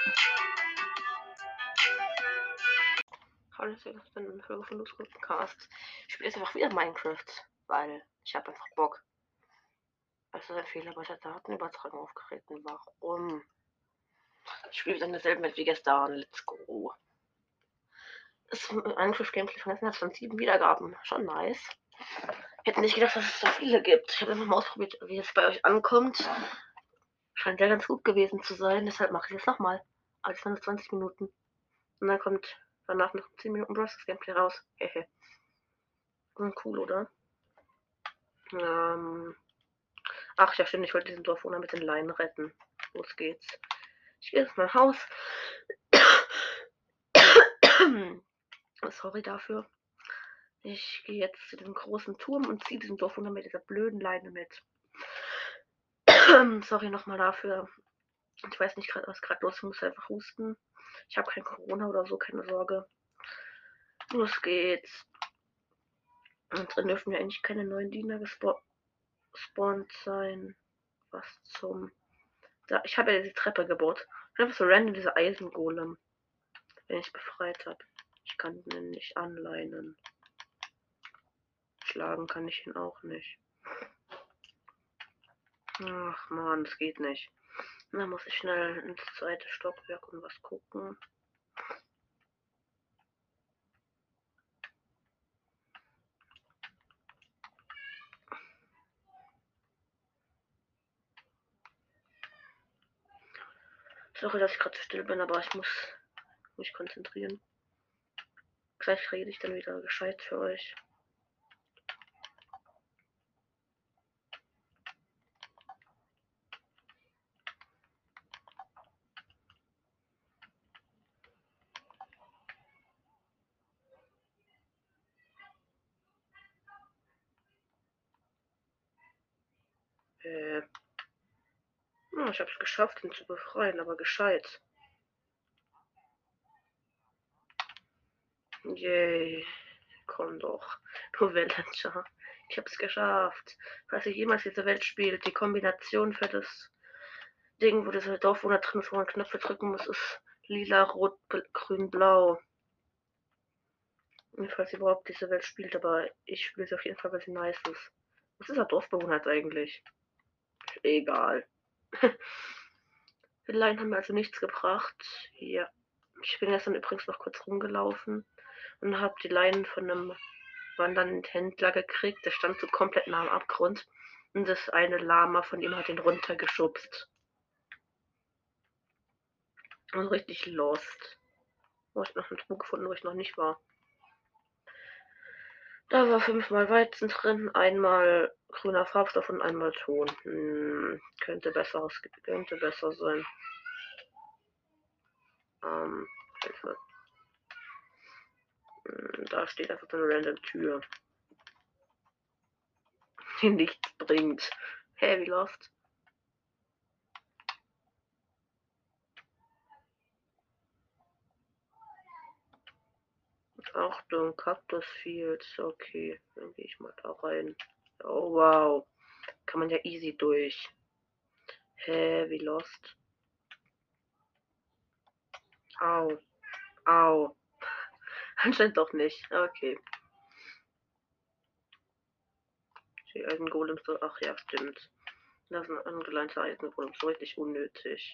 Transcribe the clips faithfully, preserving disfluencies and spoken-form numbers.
Hallo, das ist eine Folge von Lose Cast. Ich spiele jetzt einfach wieder Minecraft, weil ich habe einfach Bock. Also ein Fehler bei der Datenübertragung aufgetreten. Warum? Ich spiele wieder in derselben Welt wie gestern. Let's go. Das Minecraft Gameplay von gestern hat schon sieben Wiedergaben. Schon nice. Ich hätte nicht gedacht, dass es so viele gibt. Ich habe einfach mal ausprobiert, wie es bei euch ankommt. Scheint ja ganz gut gewesen zu sein. Deshalb mache ich es nochmal. Aber es waren nur zwanzig Minuten. Und dann kommt danach noch zehn Minuten Bros. Gameplay raus. Hehe. Cool, oder? Ähm. Ach ja, stimmt, ich wollte diesen Dorfwohner mit den Leinen retten. Los geht's. Ich gehe jetzt mein Haus. Sorry dafür. Ich gehe jetzt zu diesem großen Turm und ziehe diesen Dorfwohner mit dieser blöden Leine mit. Sorry nochmal dafür. Ich weiß nicht, was gerade los ist. Ich muss einfach husten. Ich habe kein Corona oder so, keine Sorge. Los geht's. Und drin dürfen ja eigentlich keine neuen Diener gespawnt sein. Was zum... Da, ich habe ja diese Treppe gebaut. Ich habe so random diese Eisengolem, den ich befreit habe. Ich kann ihn nicht anleinen. Schlagen kann ich ihn auch nicht. Ach man, das geht nicht. Dann muss ich schnell ins zweite Stockwerk und was gucken. Sorry, dass ich gerade so still bin, aber ich muss mich konzentrieren. Gleich rede ich dann wieder gescheit für euch. Äh. Oh, ich habe es geschafft, ihn zu befreien, aber gescheit. Yay. Komm doch. Du Villager. Ich hab's geschafft. Falls ihr jemals diese Welt spielt, die Kombination für das Ding, wo dieser Dorfwohner drin ist, wo man Knöpfe drücken muss, ist lila, rot, grün, blau. Falls ihr überhaupt diese Welt spielt, aber ich spiele sie auf jeden Fall, weil sie nice ist. Was ist der Dorfbewohner jetzt eigentlich? Egal. Die Leinen haben mir also nichts gebracht. Ja. Ich bin gestern übrigens noch kurz rumgelaufen und habe die Leinen von einem wandernden Händler gekriegt. Der stand so komplett nah am Abgrund. Und das eine Lama von ihm hat ihn runtergeschubst. Also richtig lost. Oh, ich habe noch einen Trug gefunden, wo ich noch nicht war. Da war fünfmal Weizen drin, einmal grüner Farbstoff und einmal Ton. Hm, könnte besser, könnte besser sein. Ähm, Hilfe. Hm, da steht einfach so eine random Tür, die nichts bringt. Hä, hey, wie lost? Achtung, Cactus Fields. Okay, dann gehe ich mal da rein. Oh wow. Kann man ja easy durch. Hä, wie lost? Au. Au. Anscheinend doch nicht. Okay. Die Eisengolems so. Ach ja, stimmt. Das sind angeleinte Eisengolems. So richtig unnötig.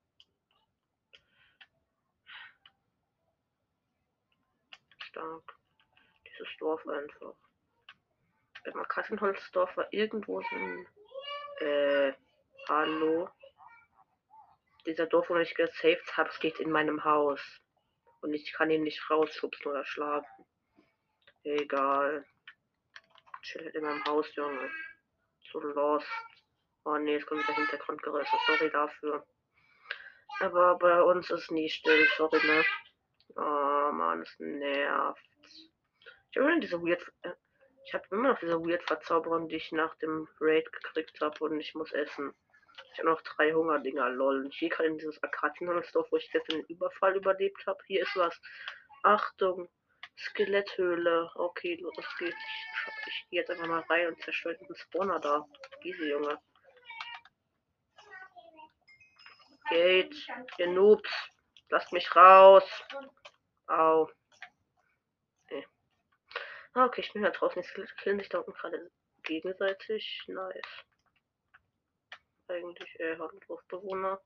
Stark. Dieses Dorf einfach. Immer Kassenholzdorf war irgendwo so ein. Äh. Hallo. Dieser Dorf, wo ich gesaved habe, steht in meinem Haus. Und ich kann ihn nicht rausschubsen oder schlagen. Egal. Chill in meinem Haus, Junge. So lost. Oh ne, es kommt wieder Hintergrundgeräusche. Sorry dafür. Aber bei uns ist nie still. Sorry, ne? Oh Mann, es nervt. Ich habe diese weird. Ich habe immer noch diese weird Verzauberung, die ich nach dem Raid gekriegt habe und ich muss essen. Ich habe noch drei Hungerdinger, lol. Ich gehe gerade in dieses Akazienhandelsdorf, wo ich gestern den Überfall überlebt habe. Hier ist was. Achtung. Skeletthöhle. Okay, los geht's. Ich, ich gehe jetzt einfach mal rein und zerstöre diesen Spawner da. Easy, Junge. Geht. Ihr Noobs. Lasst mich raus. Au. Nee. Ah, okay, ich bin da draußen. Jetzt killen sich da unten gerade gegenseitig. Nice. Eigentlich, äh, Dorfbewohner.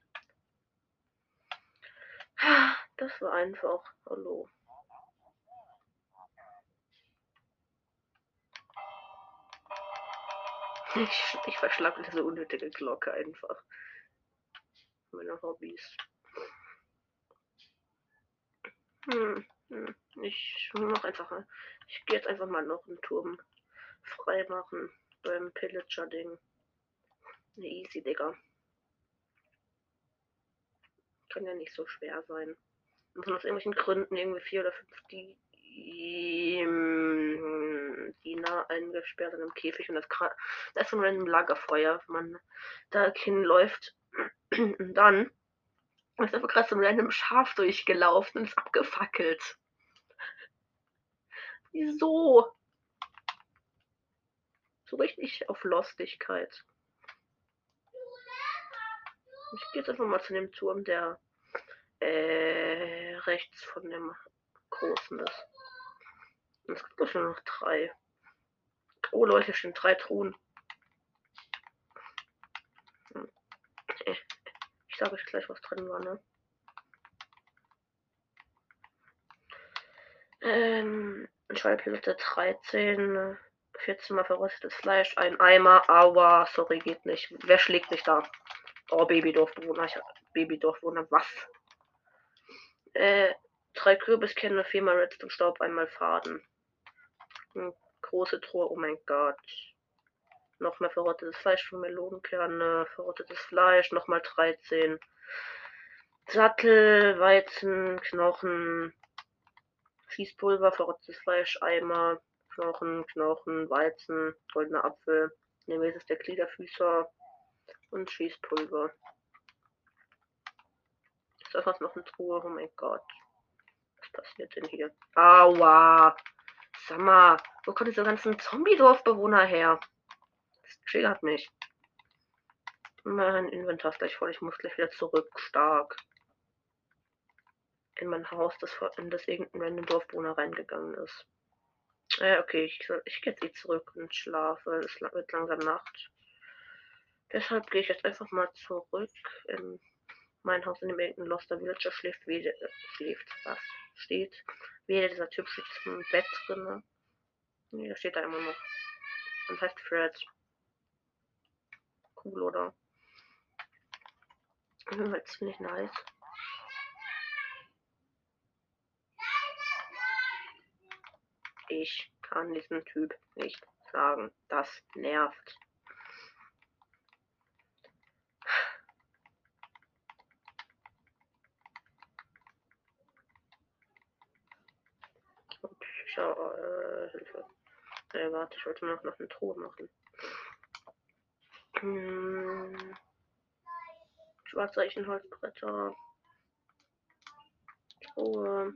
Das war einfach. Hallo. Ich, ich verschlag diese unnötige Glocke einfach. Meine Hobbys. Hm, hm. Ich mach einfach. Ich gehe jetzt einfach mal noch einen Turm frei machen beim Pillager-Ding. Ne, easy, Digga. Kann ja nicht so schwer sein. Und von aus irgendwelchen Gründen irgendwie vier oder fünf die Diener eingesperrt in einem Käfig und das, das ist so ein random Lagerfeuer, wenn man da hinläuft. Und dann ist einfach gerade so ein random Schaf durchgelaufen und ist abgefackelt. Wieso? So richtig auf Lostigkeit. Ich gehe jetzt einfach mal zu dem Turm, der äh, rechts von dem großen ist. Und es gibt doch schon noch drei. Oh Leute, hier stehen drei Truhen. Hm. Ich sage euch gleich, was drin war, ne? Ähm, Schallpilze dreizehn, vierzehn mal verrostetes Fleisch, ein Eimer, aua, sorry, geht nicht. Wer schlägt mich da? Oh, Babydorfbewohner, ich hab Babydorfbewohner, was? Äh, drei Kürbiskerne, viermal Redstone Staub, einmal Faden. Hm, große Truhe, oh mein Gott. Noch mehr verrottetes Fleisch für Melonenkerne, verrottetes Fleisch, nochmal dreizehn. Sattel, Weizen, Knochen, Schießpulver, verrottetes Fleisch, Eimer, Knochen, Knochen, Weizen, goldener Apfel, Nemesis der Gliederfüßer und Schießpulver. Ist da fast noch eine Truhe? Oh mein Gott. Was passiert denn hier? Aua! Sag mal, wo kommen diese ganzen Zombie-Dorfbewohner her? Das triggert mich. Mein Inventar ist gleich voll, ich muss gleich wieder zurück. Stark. In mein Haus, das in das irgendein random Dorfbewohner reingegangen ist. Äh, okay, ich, ich gehe jetzt eh zurück und schlafe. Es wird langsam Nacht. Deshalb gehe ich jetzt einfach mal zurück in mein Haus, in dem irgendein Loster Villager schläft. Wie der, äh, schläft, was? Steht. Wie dieser Typ steht im Bett drin. Nee, der steht da immer noch. Und heißt Fred. Cool, oder? Das finde ich nice. Ich kann diesen Typ nicht sagen. Das nervt. Schau, äh, Hilfe. Äh, warte, ich wollte noch, noch eine Truhe machen. Hm. Schwarze Eichenholzbretter. Truhe.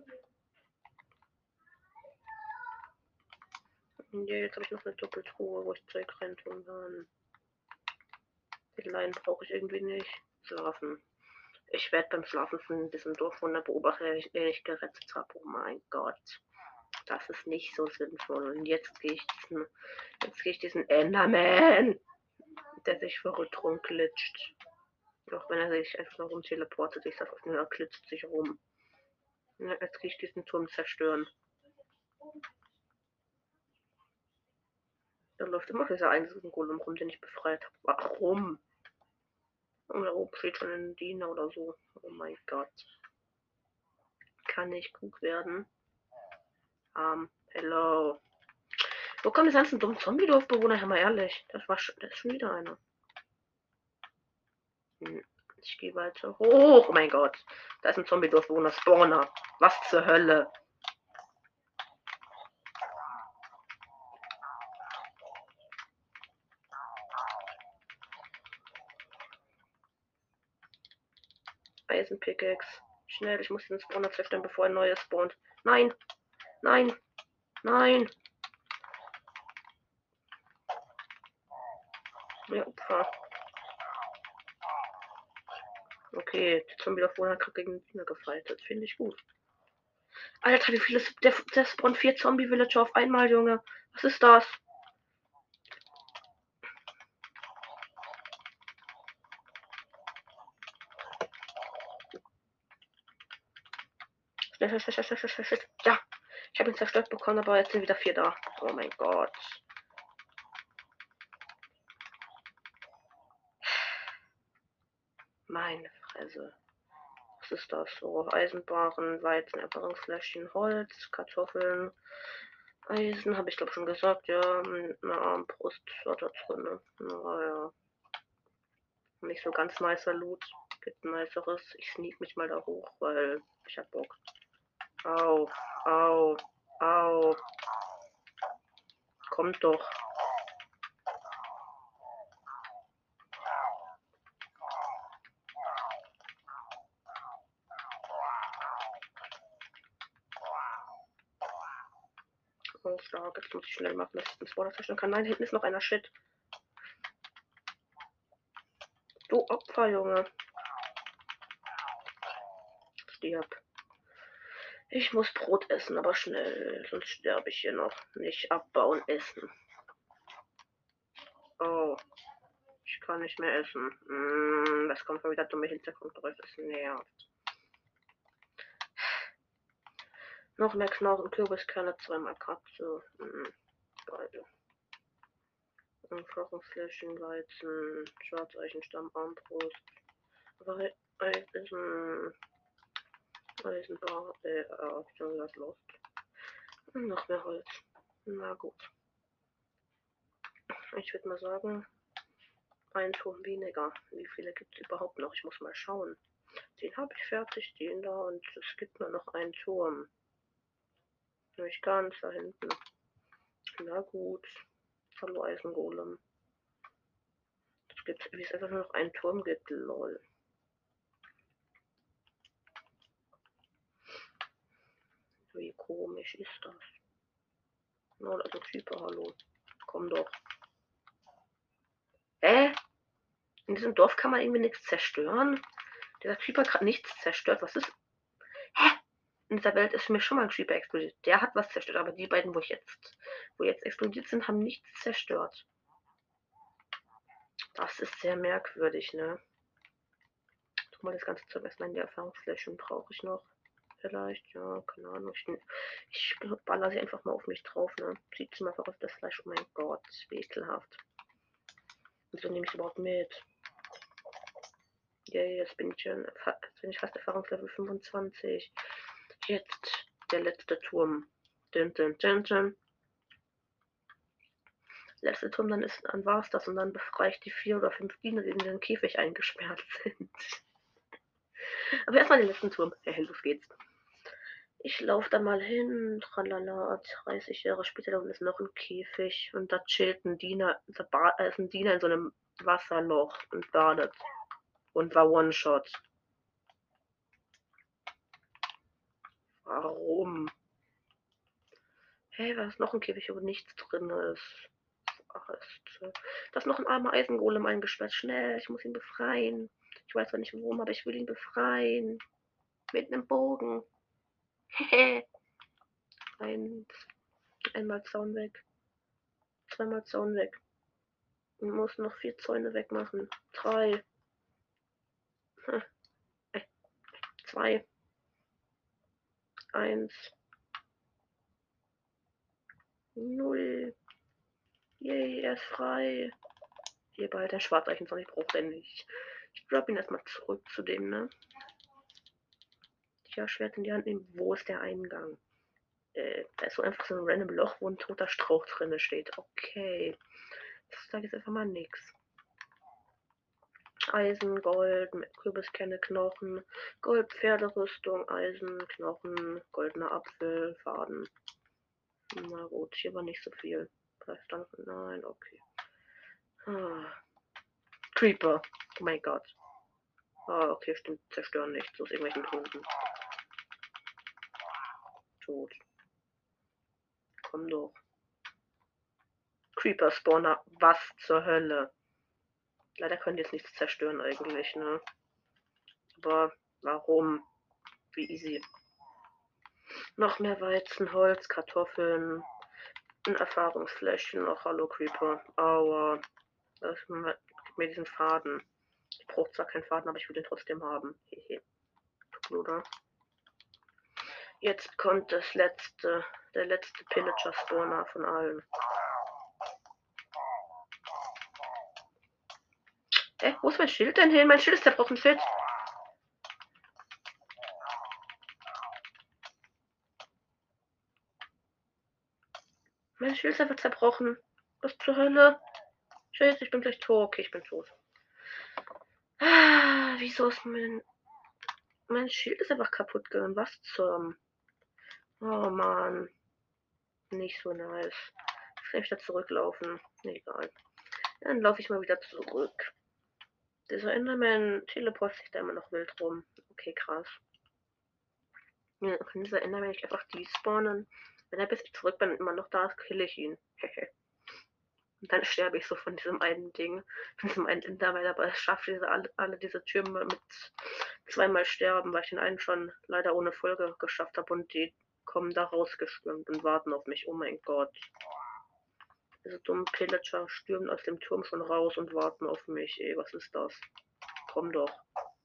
Ja, jetzt habe ich noch eine Doppeltruhe, wo ich Zeug reintun kann. Die Leinen brauche ich irgendwie nicht. Schlafen. Ich werde beim Schlafen von diesem Dorfwunder beobachten, den ich gerettet habe. Oh mein Gott. Das ist nicht so sinnvoll. Und jetzt gehe ich diesen, jetzt gehe ich diesen Enderman, der sich verrückt rumglitscht. Auch wenn er sich einfach nur rum teleportet, ich sag, er glitscht sich rum. Ja, jetzt gehe ich diesen Turm zerstören. Da läuft immer dieser einzelne Golem rum, den ich befreit habe. Warum? Und da oben steht schon ein Diener oder so. Oh mein Gott. Kann nicht gut werden. Um, hello. Wo kommen die ganzen dummen Zombie-Dorfbewohner her, mal ehrlich? Das war schon, das ist schon wieder einer. Hm. Ich gehe weiter hoch. Oh mein Gott. Da ist ein Zombie-Dorfbewohner. Spawner. Was zur Hölle? Eisenpickaxe. Schnell, ich muss den Spawner zerstören, bevor ein neuer spawnt. Nein. Nein. Nein. Mehr Opfer. Okay, die Zombie da vorne hat gerade gegen den Diener gefightet. Finde ich gut. Alter, wie viele... Der, der spawnt vier Zombie-Villager auf einmal, Junge. Was ist das? Schnell, schnell, schnell, schnell, schnell, schnell. Ja, ich habe ihn zerstört bekommen, aber jetzt sind wieder vier da. Oh mein Gott. Meine Fresse. Was ist das? So, Eisenbaren, Weizen, Erfahrungsfläschchen, Holz, Kartoffeln, Eisen, habe ich glaube schon gesagt, ja. Eine Armbrust war da drin. Naja. Nicht so ganz nicer Loot. Gibt ein niceres. Ich sneak mich mal da hoch, weil ich hab Bock. Au, au, au. Kommt doch. Oh, stark. Jetzt muss ich schnell machen, dass ich den Spawner zerstören kann. Nein, hinten ist noch einer. Shit. Du Opfer, Junge. Stirb. Ich muss Brot essen, aber schnell. Sonst sterbe ich hier noch. Nicht abbauen, essen. Oh. Ich kann nicht mehr essen. Mm, das kommt wieder dumme Hintergrundgeräusche. Das nervt. Noch mehr Knochen, Kürbiskerne, zweimal Katze. Mm, geil. Erfahrungsfläschchen, Weizen, Schwarzeichenstamm, Armbrust. Eisen, Eisenbar, äh, äh, schon das Lost. Noch mehr Holz. Na gut. Ich würde mal sagen, ein Turm weniger. Wie viele gibt es überhaupt noch? Ich muss mal schauen. Den habe ich fertig, den da, und es gibt nur noch einen Turm. Nicht ganz da hinten. Na gut. Hallo Eisengolem. Es gibt, wie es einfach nur noch einen Turm gibt, lol. Wie komisch ist das? Na, also Creeper, hallo. Komm doch. Hä? In diesem Dorf kann man irgendwie nichts zerstören? Dieser Creeper hat nichts zerstört. Was ist? Hä? In dieser Welt ist für mich schon mal ein Creeper explodiert. Der hat was zerstört, aber die beiden, wo ich jetzt, wo jetzt explodiert sind, haben nichts zerstört. Das ist sehr merkwürdig, ne? Tu mal das ganze Zeug erstmal in die Erfahrungsflächen. Brauche ich noch? Vielleicht, ja, keine Ahnung. Ich, ich baller sie einfach mal auf mich drauf, ne? Sieht mal einfach auf das Fleisch. Oh mein Gott, wie ekelhaft. Wieso nehme ich überhaupt mit? Yay, jetzt bin ich, schon, jetzt bin ich fast Erfahrungslevel fünfundzwanzig. Jetzt der letzte Turm. Dun, dun, dun, dun. Letzte Turm, dann ist, dann war's das, und dann befreie ich die vier oder fünf Diener, die in den Käfig eingesperrt sind. Aber erstmal den letzten Turm. Ja, los geht's. Ich laufe da mal hin, tralala, dreißig Jahre später, da unten ist noch ein Käfig und da chillt ein Diener, da ist ein Diener in so einem Wasserloch und badet und war One-Shot. Warum? Hey, was ist noch ein Käfig, wo nichts drin ist? Ach, ist, äh, da ist noch ein armer Eisengolem eingesperrt. Schnell, ich muss ihn befreien. Ich weiß zwar nicht warum, aber ich will ihn befreien. Mit einem Bogen. Hehe. Ein, einmal Zaun weg. Zweimal Zaun weg. Ich muss noch vier Zäune wegmachen. Drei. Hm. Äh, zwei. Eins. Null. Yay, er ist frei. Hier bei der Schwarzeichenzahn, ich brauche den nicht. Ich drop ihn erstmal zurück zu dem, ne? Ja, Schwert in die Hand nehmen. Wo ist der Eingang? Äh, da ist so einfach so ein random Loch, wo ein toter Strauch drin steht. Okay. Das sage ich jetzt einfach mal nix. Eisen, Gold, Kürbiskerne, Knochen, Gold, Pferderüstung, Eisen, Knochen, goldener Apfel, Faden. Na gut, hier war nicht so viel. Nein, okay. Ah. Creeper. Oh mein Gott. Ah, okay, stimmt. Zerstören nichts aus irgendwelchen Gründen. Tot. Komm doch. Creeper Spawner. Was zur Hölle? Leider können die jetzt nichts zerstören eigentlich, ne? Aber warum? Wie easy. Noch mehr Weizen, Holz, Kartoffeln, ein Erfahrungsfläschchen, noch Hallo Creeper. Aua. Das gibt mir diesen Faden. Ich brauche zwar keinen Faden, aber ich will den trotzdem haben. Hehe. Oder? Jetzt kommt das letzte, der letzte Pillager-Spawner von allen. Hä? Wo ist mein Schild denn hin? Mein Schild ist zerbrochen, Shit. Mein Schild ist einfach zerbrochen. Was zur Hölle? Shit, ich bin gleich tot. Okay, ich bin tot. Ah, wieso ist mein... Mein Schild ist einfach kaputt gegangen. Was zum... Oh Mann. Nicht so nice. Jetzt kann ich wieder zurücklaufen. Egal. Dann laufe ich mal wieder zurück. Dieser Enderman teleportiert sich da immer noch wild rum. Okay, krass. Ja, dann kann dieser Enderman nicht einfach despawnen. Wenn er bis ich zurück bin und immer noch da ist, kill ich ihn. Und dann sterbe ich so von diesem einen Ding. Von diesem einen Enderman, aber es schafft diese, alle, alle diese Türme mit zweimal sterben, weil ich den einen schon leider ohne Folge geschafft habe und die kommen da rausgestürmt und warten auf mich. Oh mein Gott. Diese dummen Pillager stürmen aus dem Turm schon raus und warten auf mich. Ey, was ist das? Komm doch.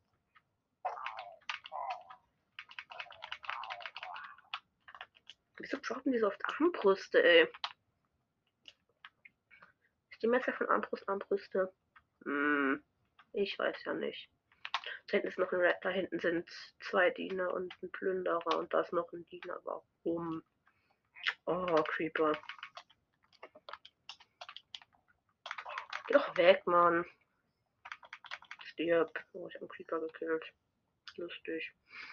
Wieso droppen die so oft Armbrüste, ey? Ist die Messer von Armbrust Armbrüste? Hm, ich weiß ja nicht. Da hinten ist noch ein Red, da hinten sind zwei Diener und ein Plünderer und da ist noch ein Diener. Warum? Oh, Creeper. Geh doch weg, Mann. Stirb. Oh, ich hab einen Creeper gekillt. Lustig.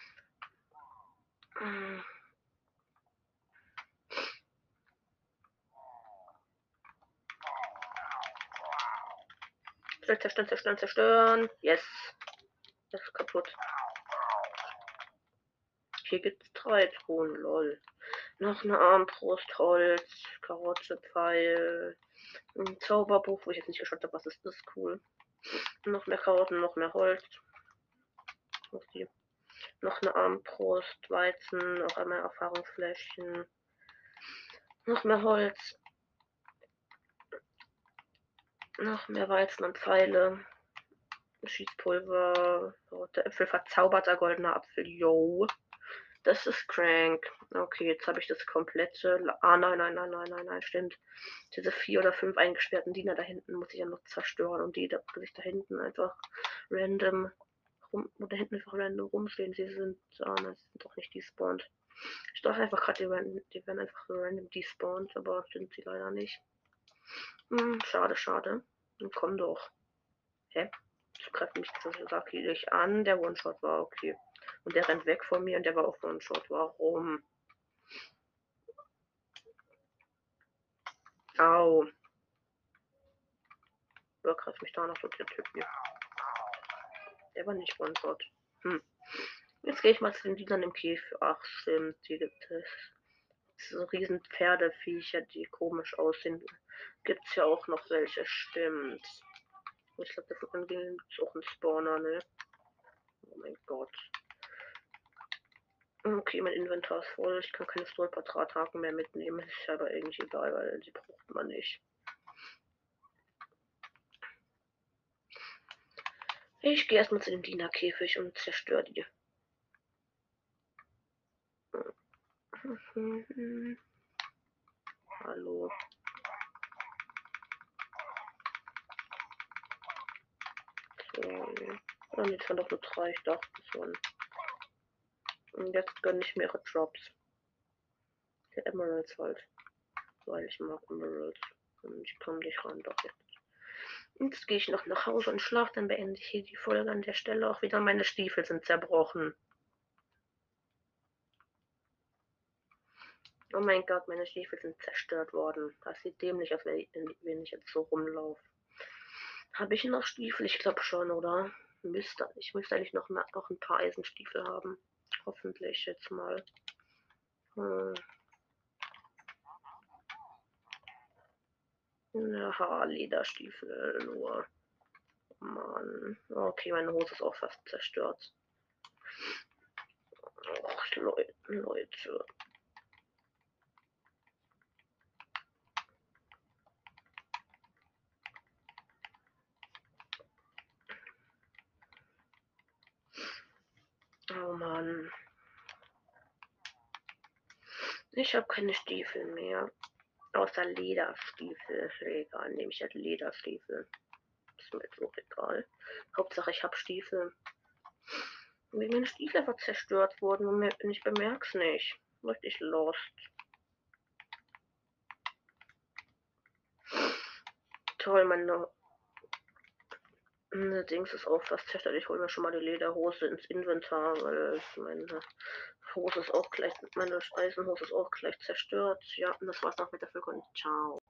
Zerstören, zerstören, zerstören. Yes. Das ist kaputt. Hier gibt's drei Truhen, lol. Noch eine Armbrust, Holz, Karotte, Pfeil, ein Zauberbuch, wo ich jetzt nicht geschaut habe, was ist das, cool. Noch mehr Karotten, noch mehr Holz. Okay. Noch eine Armbrust, Weizen, noch einmal Erfahrungsfläschchen. Noch mehr Holz. Noch mehr Weizen und Pfeile. Schießpulver, rote Äpfel, verzauberter goldener Apfel, yo. Das ist crank. Okay, jetzt habe ich das komplette. Ah, nein, nein, nein, nein, nein, nein, stimmt. Diese vier oder fünf eingesperrten Diener da hinten muss ich ja noch zerstören und die da sich da hinten einfach random rum, oder hinten einfach random rumstehen. Sie sind, ah, nein, sie sind doch nicht despawned. Ich dachte einfach gerade, die werden, die werden einfach so random despawned, aber sind sie leider nicht. Hm, schade, schade. Und komm doch. Hä? Ich greife mich Sasaki nicht an. Der One-Shot war okay. Und der rennt weg von mir und der war auch One-Shot. Warum? Au. Wer greift mich da noch so der Typ hier? Der war nicht One-Shot. Hm. Jetzt gehe ich mal zu den Dienern im Käfig. Ach, stimmt. Die gibt es. So riesen Pferdeviecher, die komisch aussehen. Gibt es ja auch noch welche. Stimmt. Ich glaube, dafür gibt es auch einen Spawner, ne? Oh mein Gott. Okay, mein Inventar ist voll. Ich kann keine Stolperdrahthaken mehr mitnehmen. Ist aber irgendwie egal, weil die braucht man nicht. Ich gehe erstmal zu dem Dienerkäfig und zerstöre die. Hallo. So. Oh, jetzt waren doch nur drei. Ich dachte schon. Und jetzt gönne ich mehrere Drops. Der Emeralds halt. Weil ich mag Emeralds. Und ich komme nicht ran, doch jetzt. Jetzt gehe ich noch nach Hause und schlafe, dann beende ich hier die Folge an der Stelle auch wieder. Meine Stiefel sind zerbrochen. Oh mein Gott, meine Stiefel sind zerstört worden. Das sieht dämlich aus, wenn ich jetzt so rumlaufe. Habe ich noch Stiefel? Ich glaube schon, oder? Müsste. Ich müsste eigentlich noch, mal, noch ein paar Eisenstiefel haben. Hoffentlich jetzt mal. Hm. Ja, Lederstiefel nur. Mann. Okay, meine Hose ist auch fast zerstört. Och, Leute, Leute. Oh Mann. Ich habe keine Stiefel mehr. Außer Lederstiefel. Egal, nehme ich halt Lederstiefel. Ist mir jetzt auch egal. Hauptsache ich habe Stiefel. Wie meine Stiefel einfach zerstört wurden und ich bemerk's nicht. Richtig lost. Toll, meine, meine Dings ist auch fast zerstört. Ich hole mir schon mal die Lederhose ins Inventar, weil meine Hose ist auch gleich, meine Eisenhose ist auch gleich zerstört. Ja, und das war's noch mit der Folge. Ciao.